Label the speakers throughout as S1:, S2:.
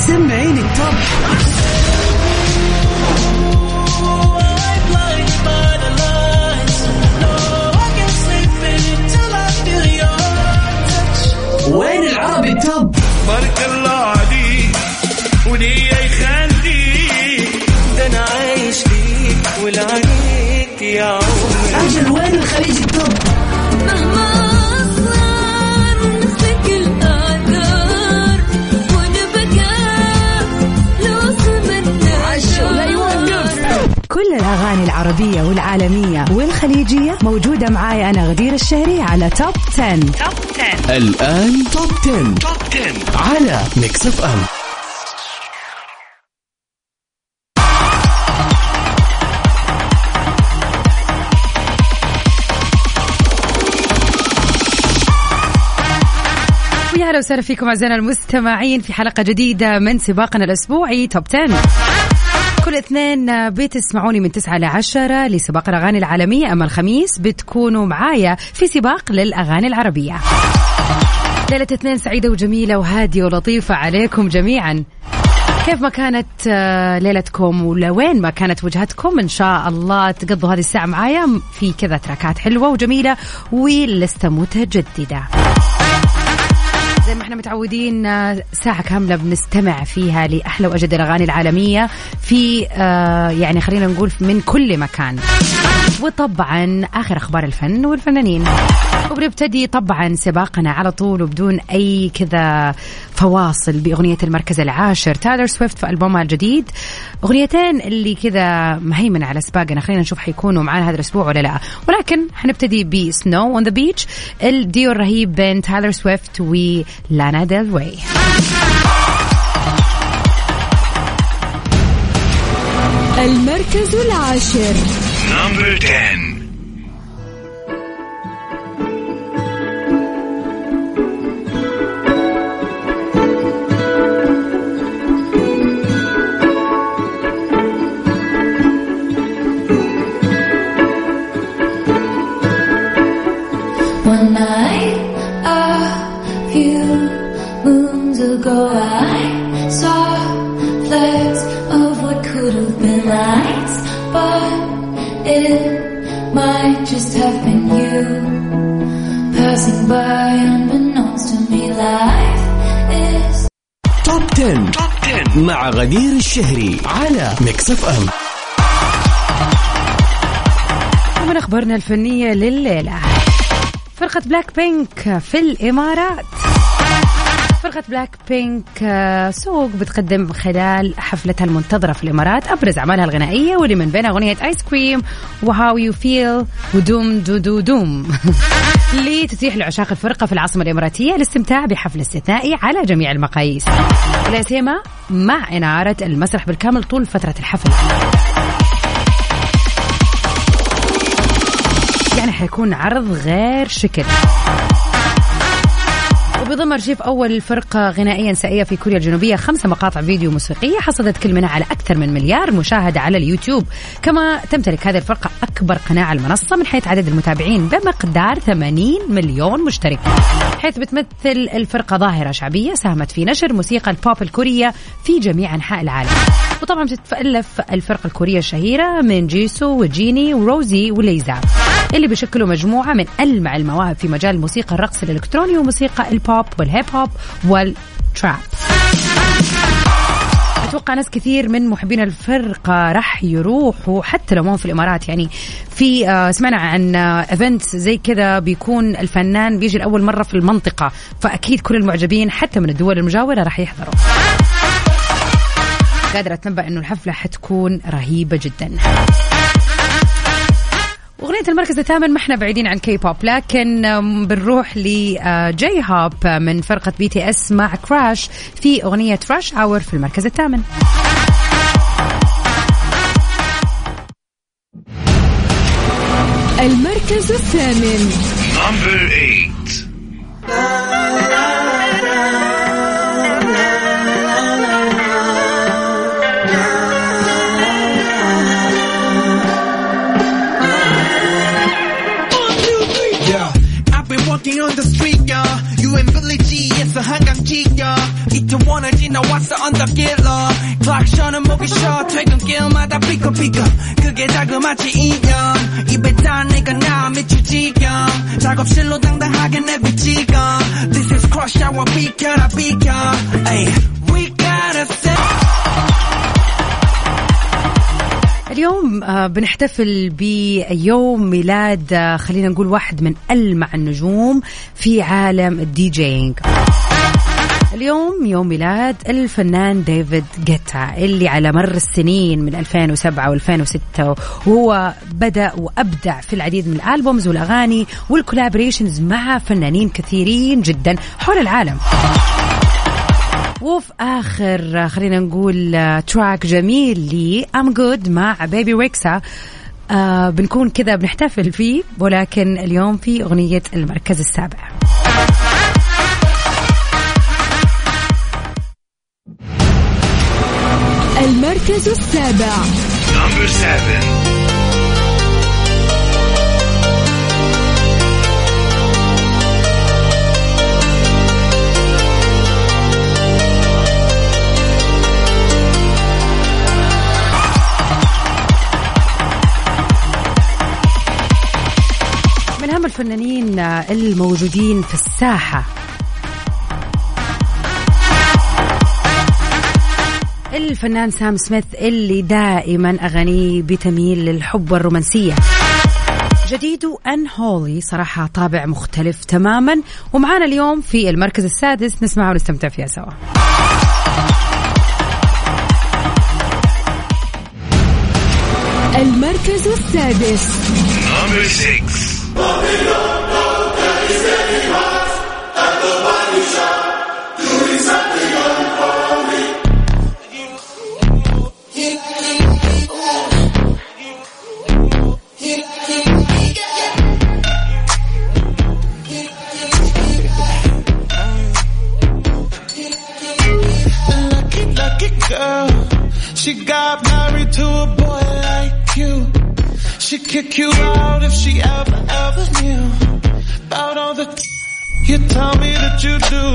S1: سمعيني التوب. وين العربي التوب؟
S2: بارك الله عليك ولي يخليك، ده انا عايش فيك ولعنيك يا عمري.
S1: أجل وين الخليج التوب؟
S3: مهما أصغر نفسك الأقدار ونبقى لوصل منك
S1: عشو لا يوقف.
S4: كل الأغاني العربية والعالمية والخليجية موجودة معاي أنا غدير الشهري على توب 10.
S1: الآن توب 10 على ميكس اف ام.
S4: ويا هلا وسهلا فيكم أعزائنا المستمعين في حلقة جديدة من سباقنا الأسبوعي توب 10. كل اثنين بتسمعوني من 9 ل 10 لسباق الأغاني العالمية، أما الخميس بتكونوا معايا في سباق للأغاني العربية. ليلة اثنين سعيدة وجميلة وهادية ولطيفة عليكم جميعا. كيف ما كانت ليلتكم ولوين ما كانت وجهتكم، إن شاء الله تقضوا هذه الساعة معايا في كذا تراكات حلوة وجميلة ولسه متجددة. زي ما احنا متعودين ساعة كاملة بنستمع فيها لأحلى وأجد الأغاني العالمية في يعني خلينا نقول من كل مكان، وطبعا آخر أخبار الفن والفنانين. وبنبتدي طبعا سباقنا على طول وبدون أي كذا فواصل بأغنية المركز العاشر تايلر سويفت في ألبومها الجديد. أغنيتين اللي كذا مهيمن على سباقنا، خلينا نشوف حيكونوا معنا هذا الأسبوع ولا لا. ولكن حنبتدي بسنو on the beach، الديو الرهيب بين تايلر سويفت ولانا ديل ري.
S3: المركز العاشر
S2: Number 10.
S3: One night a few moons ago I saw flares of what could have been lights, but it might just have been you passing by unbeknownst to me. Life is
S1: توب 10 مع غدير الشهري على ميكس اف ام.
S4: ومن أخبارنا الفنية لليلة، فرقة بلاك بينك في الإمارات. فرقة بلاك بينك سوق بتقدم خلال حفلتها المنتظرة في الإمارات أبرز أعمالها الغنائية، واللي من بينها أغنية آيس كريم وهاو يو فيل ودوم دو دو دوم لتتيح لعشاق الفرقة في العاصمة الإماراتية الاستمتاع بحفل استثنائي على جميع المقاييس، ولا سيما مع إنارة المسرح بالكامل طول فترة الحفل. يعني حيكون عرض غير شكل. وبضم أرشيف أول فرقة غنائية نسائية في كوريا الجنوبية 5 مقاطع فيديو موسيقية حصدت كل منها على أكثر من مليار مشاهدة على اليوتيوب. كما تمتلك هذه الفرقة أكبر قناة على المنصة من حيث عدد المتابعين بمقدار 80 مليون مشترك، حيث بتمثل الفرقة ظاهرة شعبية ساهمت في نشر موسيقى البوب الكورية في جميع أنحاء العالم. وطبعا بتتألف الفرقة الكورية الشهيرة من جيسو وجيني وروزي وليزا، اللي بيشكلوا مجموعة من ألمع المواهب في مجال الموسيقى الرقص الإلكتروني وموسيقى البوب والهيب هوب والتراب. أتوقع ناس كثير من محبين الفرقة رح يروحوا حتى لو مو في الإمارات. يعني في سمعنا عن إيفنت زي كذا بيكون الفنان بيجي لأول مرة في المنطقة، فأكيد كل المعجبين حتى من الدول المجاورة رح يحضروا. قادرة أتنبأ إنه الحفلة حتكون رهيبة جدا. أغنية المركز الثامن، ما احنا بعيدين عن كي بوب، لكن بنروح لجي هوب من فرقة BTS مع كراش في أغنية راش اور في المركز الثامن.
S3: المركز الثامن
S2: Number 8.
S5: On the street, y'all. You in Billie G, it's a 한강지, y'all. 이쪽 원하지 다시 나왔어 언덕길로 클락션은 목이 쉬어 퇴근길마다 삐걱삐걱 그게 자그마치 인연 입에 단 내가 나 미칠 지경 작업실로 당당하게 내비치고 This is crush hour 비켜라 비켜 Ay, we gotta say
S4: اليوم بنحتفل بيوم ميلاد خلينا نقول واحد من ألمع النجوم في عالم الدي جينج. اليوم يوم ميلاد الفنان ديفيد غيتا اللي على مر السنين من 2007 و2006 وهو بدأ وأبدع في العديد من الألبومز والأغاني والكولابريشنز مع فنانين كثيرين جدا حول العالم. وفي آخر خلينا نقول تراك جميل لي I'm Good مع بيبي ريكسا بنكون كذا بنحتفل فيه ولكن اليوم في أغنية المركز السابع.
S3: المركز السابع
S2: Number 7.
S4: من أهم الفنانين الموجودين في الساحة الفنان سام سميث اللي دائما أغانيه بتميل للحب والرومانسية. جديده Unholy صراحة طابع مختلف تماما ومعانا اليوم في المركز السادس نسمعه ونستمتع فيها سوا.
S3: المركز السادس
S2: Number 6.
S5: She got married to a boy like you. She'd kick you out if she ever knew about all the you tell me that you do.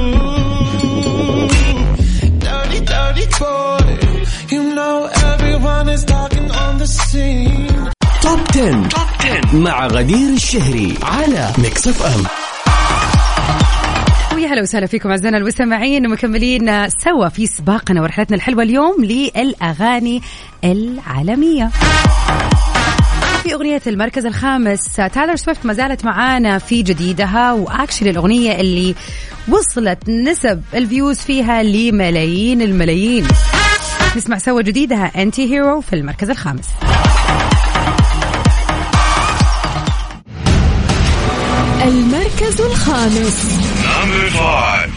S5: Dirty, dirty boy. You know everyone is talking on the scene.
S1: توب 10 مع غدير الشهري على ميكس اف ام.
S4: ويا هلا وسهلا فيكم أعزائنا المستمعين ومكملين سوا في سباقنا ورحلتنا الحلوة اليوم للأغاني العالمية. في أغنية المركز الخامس تايلر سويفت ما زالت معانا في جديدها وأكشلي الأغنية اللي وصلت نسب الفيوز فيها لملايين الملايين. نسمع سوا جديدها أنتي هيرو في المركز الخامس.
S3: المركز الخامس
S2: Number 5.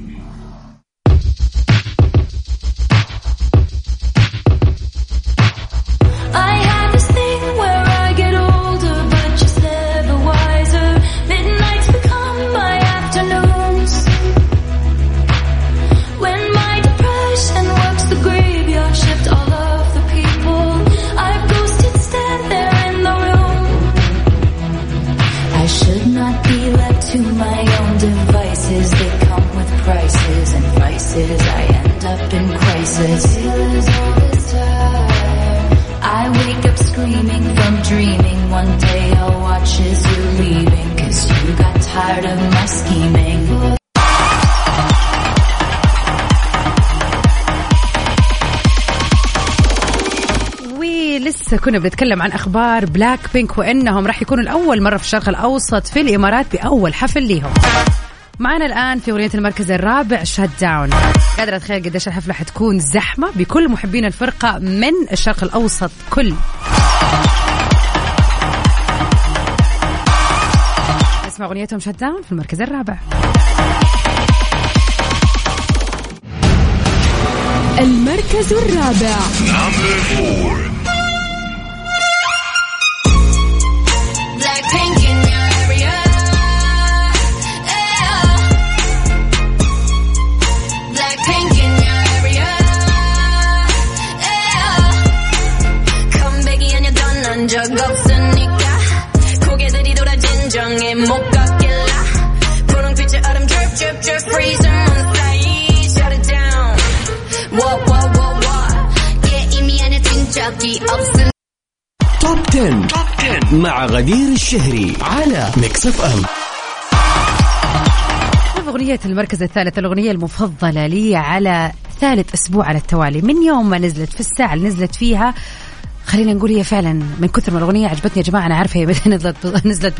S3: I have this thing where I get older but just never wiser. Midnights become my afternoons. When my depression works the graveyard shift, all of the people I've ghosted stand there in the room. I should not be left to my own devices. They come with prices and vices. I end up in crisis. I wake up screaming from dreaming. One day I'll watch as you're leaving, 'cause you got tired of my scheming.
S4: لسه كنا بنتكلم عن أخبار بلاك بينك وإنهم راح يكونوا الأول مرة في الشرق الأوسط في الإمارات بأول حفل ليهم. معنا الآن في أغنية المركز الرابع شات داون. قادرة أتخيل قديش الحفلة حتكون زحمة بكل محبين الفرقة من الشرق الأوسط كل. اسمع أغنيتهم شات داون في المركز الرابع.
S3: المركز الرابع
S2: Number 4.
S3: 적 없으니까 고개들이 돌아 진정에 못 걷길라 분홍빛의 얼음 drip drip drip freeze on the side shut it down
S1: توب 10 مع غدير الشهري على ميكس اف ام.
S4: أغنية المركز الثالث، الأغنية المفضلة لي على ثالث أسبوع على التوالي من يوم ما نزلت، في الساعة اللي نزلت فيها. خلينا نقول هي فعلا من كثر ما الأغنية عجبتني يا جماعة، أنا عارفة هي متى نزلت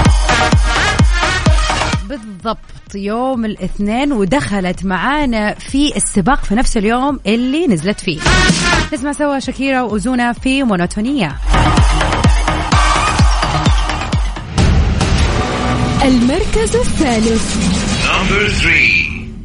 S4: بالضبط يوم الاثنين، ودخلت معانا في السباق في نفس اليوم اللي نزلت فيه. نسمع سوا شاكيرا وأوزونا في مونوتونية.
S6: المركز الثالث.
S2: Number 3.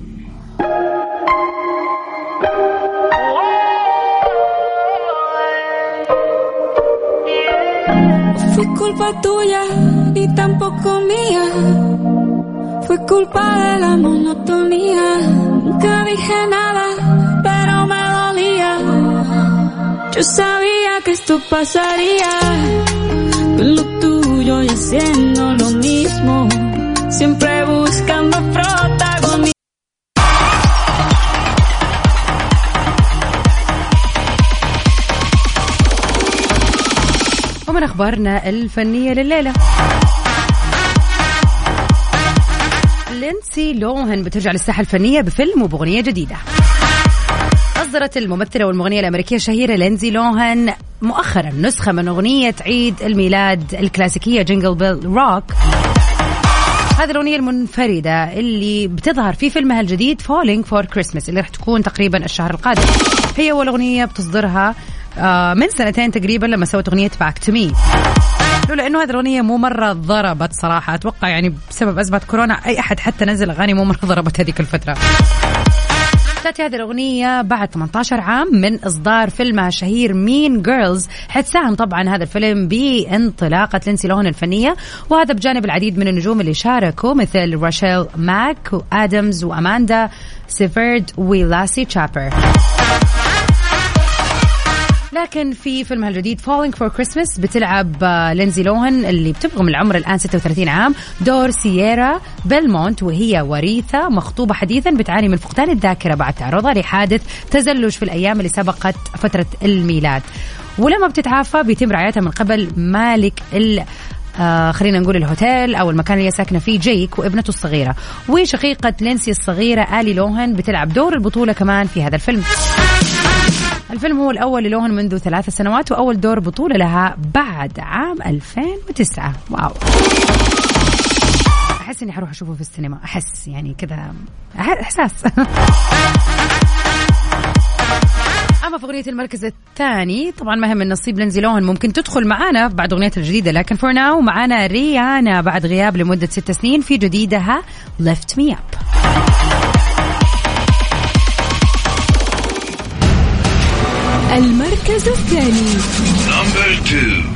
S6: Fue culpa tuya y tampoco mía. Fue culpa de la monotonía. Nunca dije nada, pero me dolía. Yo sabía que esto pasaría. Con lo tuyo y haciendo lo mismo. Siempre buscando protagonismo.
S4: ومن أخبارنا الفنية لليلة، لينسي لوهان بترجع للساحة الفنية بفيلم وبأغنية جديدة. أصدرت الممثلة والمغنية الأمريكية الشهيرة لينسي لوهان مؤخرا نسخة من أغنية عيد الميلاد الكلاسيكية جينجل بيل روك. هذه الأغنية المنفردة اللي بتظهر في فيلمها الجديد Falling for Christmas اللي راح تكون تقريبا الشهر القادم. هي أول أغنية بتصدرها من سنتين تقريبا لما سوت أغنية Back to Me. لولا إنه هذه الأغنية مو مرة ضربت صراحة، أتوقع يعني بسبب أزمة كورونا أي أحد حتى نزل أغاني مو مرة ضربت هذيك الفترة. تأتي هذه الأغنية بعد 18 عام من إصدار فيلمها الشهير Mean Girls، حيث ساهم طبعا هذا الفيلم بانطلاقة لينسي لوهان الفنية، وهذا بجانب العديد من النجوم اللي شاركوا مثل راشيل ماك وآدمز وأماندا سيفرد ولاسي تشابر. لكن في فيلمها الجديد Falling for Christmas بتلعب لينسي لوهان اللي بتبلغ من العمر الآن 36 عام دور سييرا بيلمونت، وهي وريثة مخطوبة حديثا بتعاني من فقدان الذاكرة بعد تعرضها لحادث تزلج في الأيام اللي سبقت فترة الميلاد. ولما بتتعافى بيتم رعايتها من قبل مالك خلينا نقول الهوتيل أو المكان اللي ساكنة فيه جيك وابنته الصغيرة. وشقيقة لينسي الصغيرة آلي لوهان بتلعب دور البطولة كمان في هذا الفيلم. الفيلم هو الأول للوهان منذ 3 سنوات، وأول دور بطولة لها بعد عام 2009. واو، أحس إني حروح أشوفه في السينما، أحس يعني كذا إحساس. أما في أغنية المركز الثاني طبعا مهم النصيب لينسي لوهان ممكن تدخل معانا بعد أغنية الجديدة، لكن فور ناو معانا ريانا بعد غياب لمدة 6 سنين في جديدها Lift Me Up.
S6: المركز الثاني.
S2: Number 2.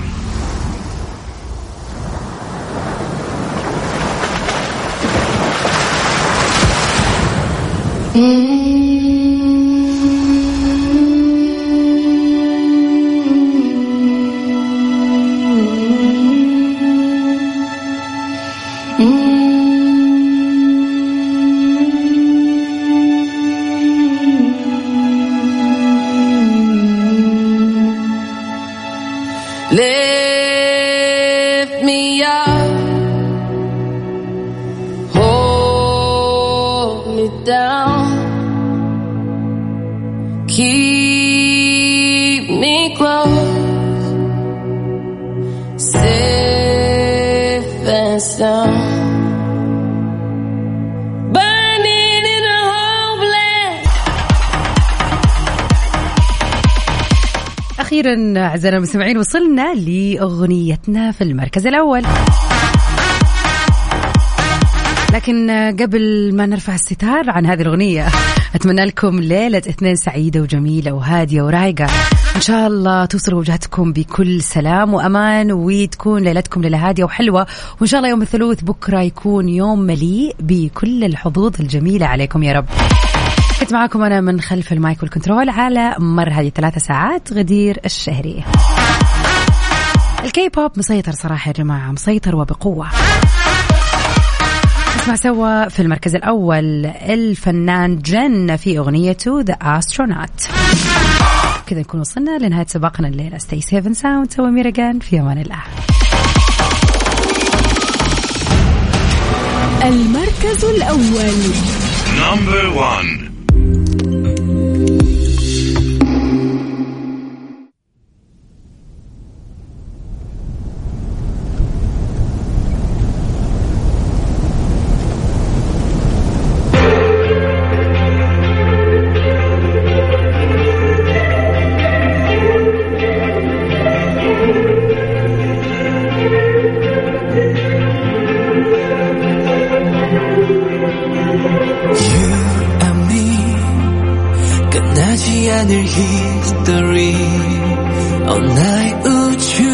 S7: Lift me up, hold me down, keep me close, safe and sound.
S4: أخيرا أعزائنا المستمعين وصلنا لأغنيتنا في المركز الأول، لكن قبل ما نرفع الستار عن هذه الأغنية أتمنى لكم ليلة اثنين سعيدة وجميلة وهادية ورايقة. إن شاء الله توصلوا وجهتكم بكل سلام وأمان، وتكون ليلتكم ليلة هادية وحلوة، وإن شاء الله يوم الثلاث بكرة يكون يوم مليء بكل الحظوظ الجميلة عليكم يا رب. كنت معاكم أنا من خلف المايك والكنترول على مر هذه 3 ساعات غدير الشهري. الكي بوب مسيطر صراحة يا جماعة، مسيطر وبقوة. نسمع سوا في المركز الأول الفنان جن في أغنيته The Astronaut. كذا نكون وصلنا لنهاية سباقنا الليلة. Stay safe and sound. سوى ميرجان في أمان الله.
S6: المركز الأول.
S2: Number 1.
S5: 않을 history 나의 우주